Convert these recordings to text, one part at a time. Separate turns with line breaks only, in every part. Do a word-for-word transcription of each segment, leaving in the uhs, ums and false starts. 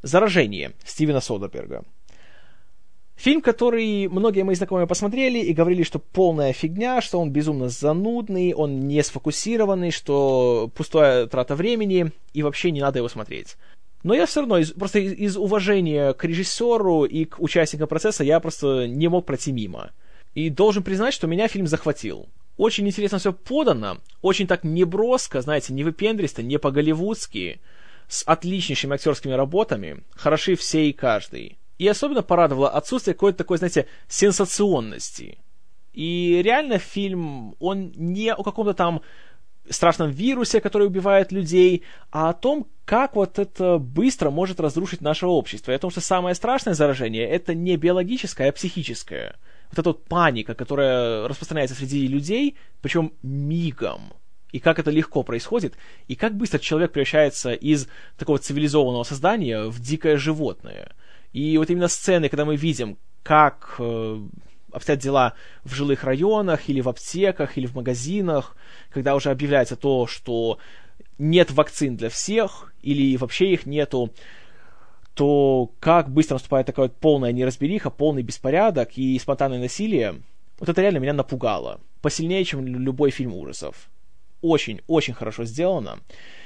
«Заражение» Стивена Содерберга. Фильм, который многие мои знакомые посмотрели и говорили, что полная фигня, что он безумно занудный, он не сфокусированный, что пустая трата времени, и вообще не надо его смотреть. Но я все равно, из, просто из, из уважения к режиссеру и к участникам процесса, я просто не мог пройти мимо. И должен признать, что меня фильм захватил. Очень интересно все подано, очень так неброско, знаете, не выпендристо, не по-голливудски, с отличнейшими актерскими работами, хороши все и каждый. И особенно порадовало отсутствие какой-то такой, знаете, сенсационности. И реально фильм, он не о каком-то там страшном вирусе, который убивает людей, а о том, как вот это быстро может разрушить наше общество. И о том, что самое страшное заражение — это не биологическое, а психическое. Вот эта вот паника, которая распространяется среди людей, причем мигом. И как это легко происходит, и как быстро человек превращается из такого цивилизованного создания в дикое животное. И вот именно сцены, когда мы видим, как э, обстоят дела в жилых районах, или в аптеках, или в магазинах, когда уже объявляется то, что нет вакцин для всех, или вообще их нету, то как быстро наступает такая вот полная неразбериха, полный беспорядок и спонтанное насилие, вот это реально меня напугало. Посильнее, чем любой фильм ужасов. Очень-очень хорошо сделано.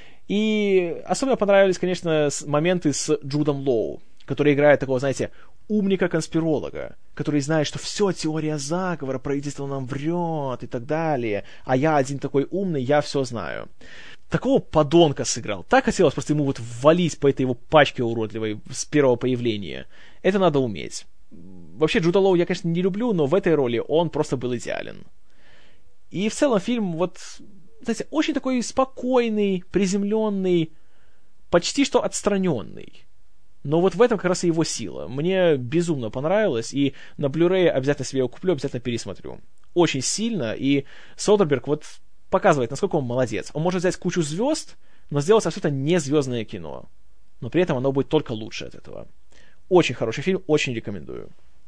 И особенно понравились, конечно, моменты с Джудом Лоу, который играет такого, знаете, умника-конспиролога, который знает, что все, теория заговора, правительство нам врет и так далее, а я один такой умный, я все знаю. Такого подонка сыграл. Так хотелось просто ему вот ввалить по этой его пачке уродливой с первого появления. Это надо уметь. Вообще, Джуда Лоу я, конечно, не люблю, но в этой роли он просто был идеален. И в целом фильм вот, знаете, очень такой спокойный, приземленный, почти что отстраненный. Но вот в этом как раз и его сила. Мне безумно понравилось, и на Blu-ray обязательно себе его куплю, обязательно пересмотрю. Очень сильно, и Содерберг вот показывает, насколько он молодец. Он может взять кучу звезд, но сделать абсолютно не звездное кино. Но при этом оно будет только лучше от этого. Очень хороший фильм, очень рекомендую.